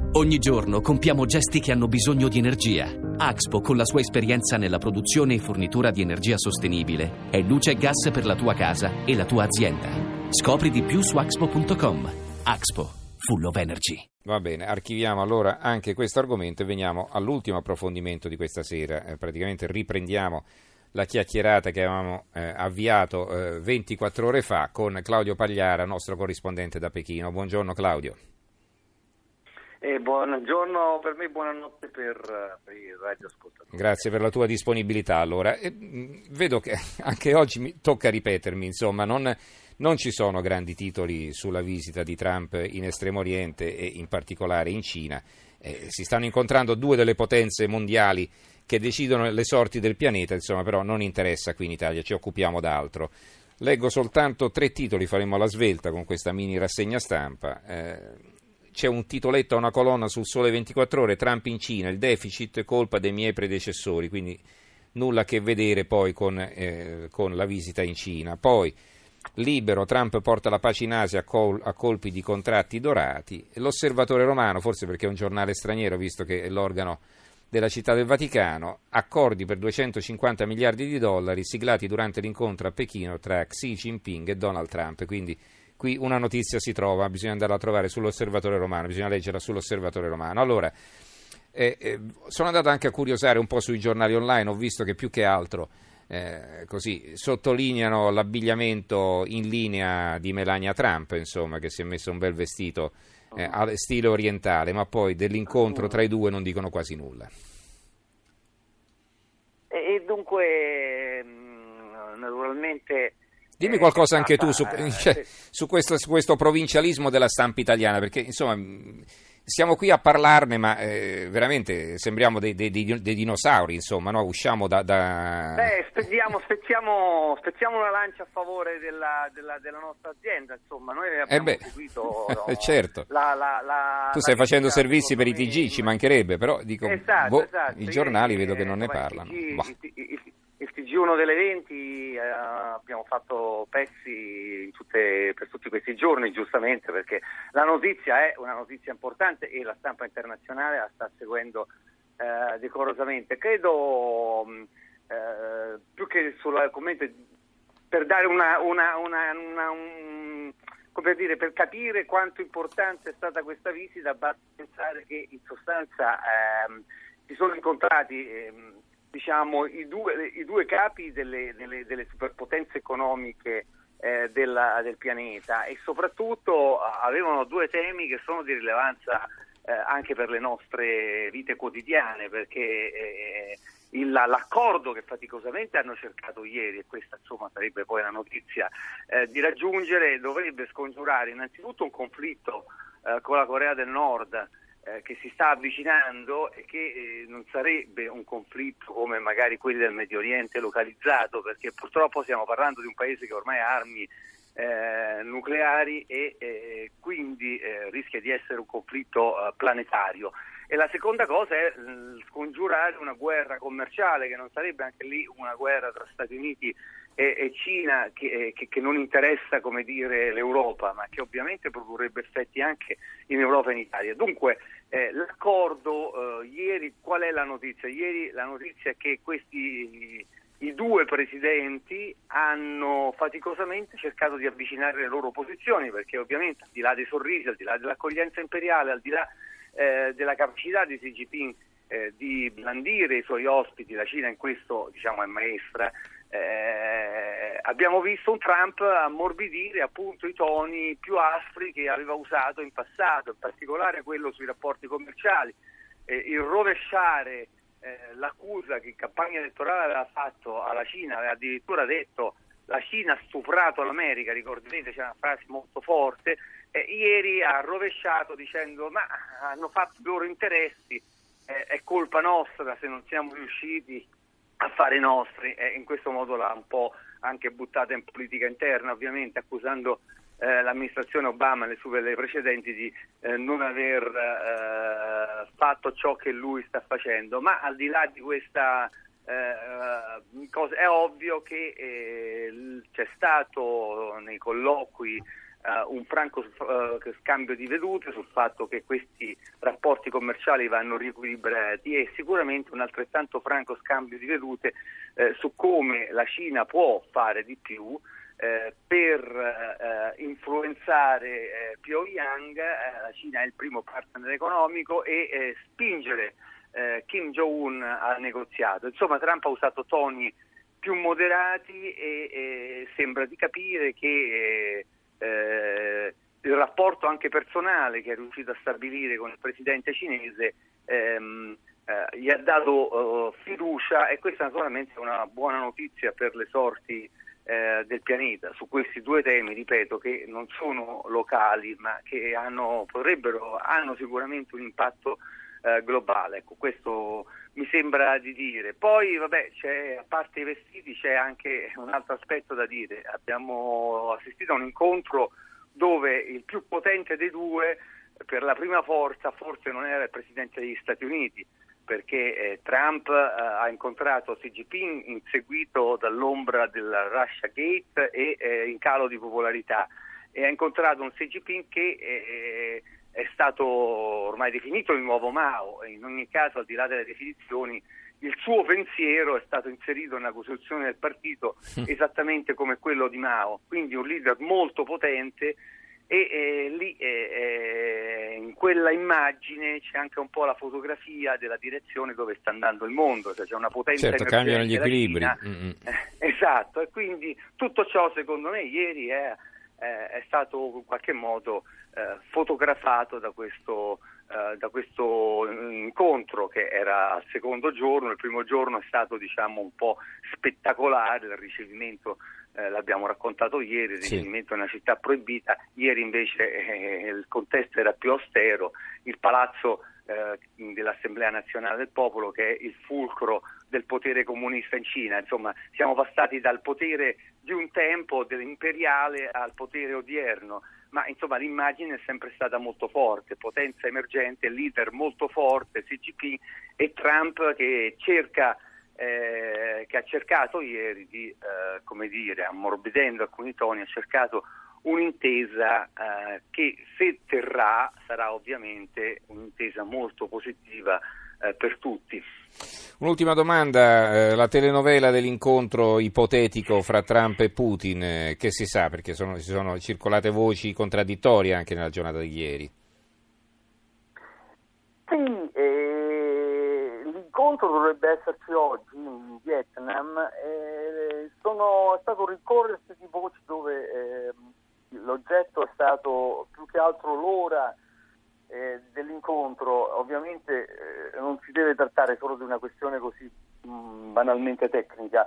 Ogni giorno compiamo gesti che hanno bisogno di energia. Axpo, con la sua esperienza nella produzione e fornitura di energia sostenibile, è luce e gas per la tua casa e la tua azienda. Scopri di più su axpo.com. Axpo, full of energy. Va bene, archiviamo allora anche questo argomento e veniamo all'ultimo approfondimento di questa sera. Praticamente riprendiamo la chiacchierata che avevamo avviato 24 ore fa con Claudio Pagliara, nostro corrispondente da Pechino. Buongiorno Claudio. Buongiorno per me, buonanotte per i radioascoltatori. Grazie per la tua disponibilità. Allora, vedo che anche oggi mi tocca ripetermi, insomma, non ci sono grandi titoli sulla visita di Trump in Estremo Oriente e in particolare in Cina. Si stanno incontrando due delle potenze mondiali che decidono le sorti del pianeta, insomma, però non interessa qui in Italia, ci occupiamo d'altro. Leggo soltanto 3 titoli, faremo alla svelta con questa mini rassegna stampa. C'è un titoletto a una colonna sul Sole 24 Ore, Trump in Cina, il deficit colpa dei miei predecessori, quindi nulla a che vedere poi con la visita in Cina. Poi, Libero, Trump porta la pace in Asia a colpi di contratti dorati. L'Osservatore Romano, forse perché è un giornale straniero, visto che è l'organo della Città del Vaticano, accordi per 250 miliardi di dollari siglati durante l'incontro a Pechino tra Xi Jinping e Donald Trump, quindi qui una notizia si trova, bisogna andarla a trovare sull'Osservatore Romano, bisogna leggerla sull'Osservatore Romano. Allora, sono andato anche a curiosare un po' sui giornali online, ho visto che più che altro così sottolineano l'abbigliamento in linea di Melania Trump, insomma, che si è messo un bel vestito stile orientale, ma poi dell'incontro tra i due non dicono quasi nulla. E dunque, naturalmente... Dimmi qualcosa anche tu su questo provincialismo della stampa italiana, perché insomma siamo qui a parlarne, ma veramente sembriamo dei dinosauri, insomma, no? Usciamo da... spezziamo una lancia a favore della nostra azienda, insomma, noi abbiamo seguito... No, certo, tu stai facendo servizi per i TG, ci mancherebbe, però dico, esatto. I giornali vedo che non ne parlano. Il TG1 delle 20 abbiamo fatto pezzi per tutti questi giorni, giustamente, perché la notizia è una notizia importante e la stampa internazionale la sta seguendo decorosamente. Credo più che sulla commento, per dare per capire quanto importante è stata questa visita, basta pensare che in sostanza si sono incontrati i due capi delle superpotenze economiche del pianeta, e soprattutto avevano 2 temi che sono di rilevanza anche per le nostre vite quotidiane, perché l'accordo che faticosamente hanno cercato ieri, e questa insomma sarebbe poi la notizia, di raggiungere, dovrebbe scongiurare innanzitutto un conflitto con la Corea del Nord che si sta avvicinando e che non sarebbe un conflitto come magari quelli del Medio Oriente localizzato, perché purtroppo stiamo parlando di un paese che ormai ha armi nucleari e quindi rischia di essere un conflitto planetario. E la seconda cosa è scongiurare una guerra commerciale, che non sarebbe anche lì una guerra tra Stati Uniti e Cina che non interessa, come dire, l'Europa, ma che ovviamente produrrebbe effetti anche in Europa e in Italia. Dunque l'accordo ieri, qual è la notizia? Ieri la notizia è che i 2 presidenti hanno faticosamente cercato di avvicinare le loro posizioni, perché ovviamente al di là dei sorrisi, al di là dell'accoglienza imperiale, al di là della capacità di Xi Jinping di blandire i suoi ospiti, la Cina in questo diciamo è maestra, abbiamo visto un Trump ammorbidire appunto i toni più aspri che aveva usato in passato, in particolare quello sui rapporti commerciali, il rovesciare l'accusa che in campagna elettorale aveva fatto alla Cina, aveva addirittura detto la Cina ha stuprato l'America, ricorderete, c'è una frase molto forte. Ieri ha rovesciato dicendo ma hanno fatto i loro interessi, è colpa nostra se non siamo riusciti a fare i nostri, e in questo modo l'ha un po' anche buttata in politica interna, ovviamente accusando l'amministrazione Obama e le sue precedenti di non aver fatto ciò che lui sta facendo. Ma al di là di questa cosa, è ovvio che c'è stato nei colloqui un franco scambio di vedute sul fatto che questi rapporti commerciali vanno riequilibrati e sicuramente un altrettanto franco scambio di vedute su come la Cina può fare di più per influenzare Pyongyang. La Cina è il primo partner economico e spingere Kim Jong-un al negoziato. Insomma, Trump ha usato toni più moderati e sembra di capire che il rapporto anche personale che è riuscito a stabilire con il presidente cinese gli ha dato fiducia, e questa naturalmente è una buona notizia per le sorti del pianeta su questi due temi, ripeto, che non sono locali ma che hanno sicuramente un impatto globale. Ecco, questo mi sembra di dire. Poi a parte i vestiti c'è anche un altro aspetto da dire. Abbiamo assistito a un incontro dove il più potente dei due, per la prima forza, forse non era il presidente degli Stati Uniti, perché Trump ha incontrato Xi Jinping inseguito dall'ombra del Russia Gate e in calo di popolarità, e ha incontrato un Xi Jinping che è stato ormai definito il nuovo Mao, e in ogni caso, al di là delle definizioni, il suo pensiero è stato inserito nella costituzione del partito esattamente come quello di Mao, quindi un leader molto potente. E lì in quella immagine c'è anche un po' la fotografia della direzione dove sta andando il mondo, cioè c'è una potenza emergente, cambiano gli equilibri. Esatto, e quindi tutto ciò secondo me ieri è stato in qualche modo fotografato da questo incontro, che era al secondo giorno. Il primo giorno è stato un po' spettacolare, il ricevimento l'abbiamo raccontato ieri, il ricevimento è una città proibita. Ieri invece il contesto era più austero, il palazzo dell'Assemblea Nazionale del Popolo, che è il fulcro del potere comunista in Cina. Insomma, siamo passati dal potere di un tempo dell'imperiale al potere odierno, ma insomma l'immagine è sempre stata molto forte, potenza emergente, leader molto forte, Xi Jinping, e Trump che ha cercato ieri di, ammorbidendo alcuni toni, ha cercato un'intesa che, se terrà, sarà ovviamente un'intesa molto positiva per tutti. Un'ultima domanda, la telenovela dell'incontro ipotetico fra Trump e Putin, che si sa, perché si sono circolate voci contraddittorie anche nella giornata di ieri. Sì, l'incontro dovrebbe esserci oggi in Vietnam. È stato un ricorrersi di voci dove l'oggetto è stato più che altro l'ora dell'incontro. Ovviamente non si deve trattare solo di una questione così banalmente tecnica.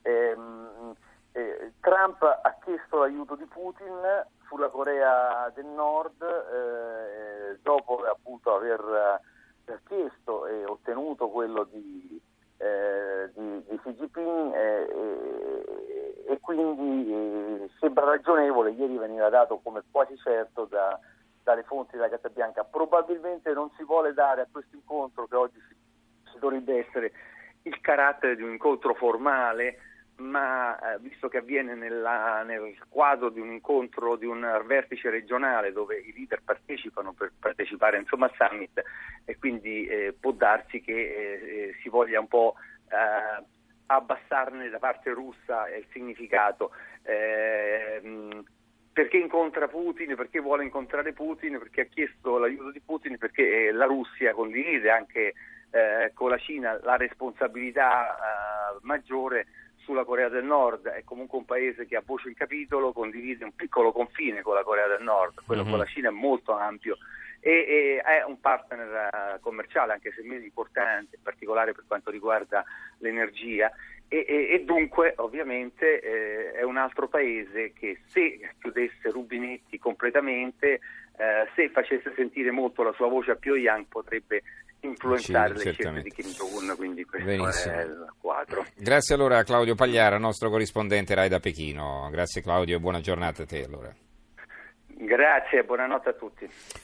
Trump ha chiesto l'aiuto di Putin sulla Corea del Nord, dopo appunto aver chiesto e ottenuto quello di Xi Jinping, e quindi sembra ragionevole. Ieri veniva dato come quasi certo dalle fonti della Casa Bianca. Probabilmente non si vuole dare a questo incontro, che oggi ci dovrebbe essere, il carattere di un incontro formale, ma visto che avviene nel quadro di un incontro, di un vertice regionale dove i leader partecipano per partecipare al summit, e quindi può darsi che si voglia un po' abbassarne da parte russa il significato. Perché incontra Putin, perché vuole incontrare Putin, perché ha chiesto l'aiuto di Putin, perché la Russia condivide anche con la Cina la responsabilità maggiore sulla Corea del Nord. È comunque un paese che ha voce in capitolo, condivide un piccolo confine con la Corea del Nord, quello con la Cina è molto ampio, e è un partner commerciale, anche se meno importante, in particolare per quanto riguarda l'energia, e dunque ovviamente è un altro paese che, se chiudesse rubinetti completamente, se facesse sentire molto la sua voce a Pyongyang, potrebbe influenzare le scelte di Kim Jong-un, quindi questo Benissimo. è il quadro. Grazie allora a Claudio Pagliara, nostro corrispondente Rai da Pechino. Grazie Claudio e buona giornata a te allora. Grazie e buonanotte a tutti.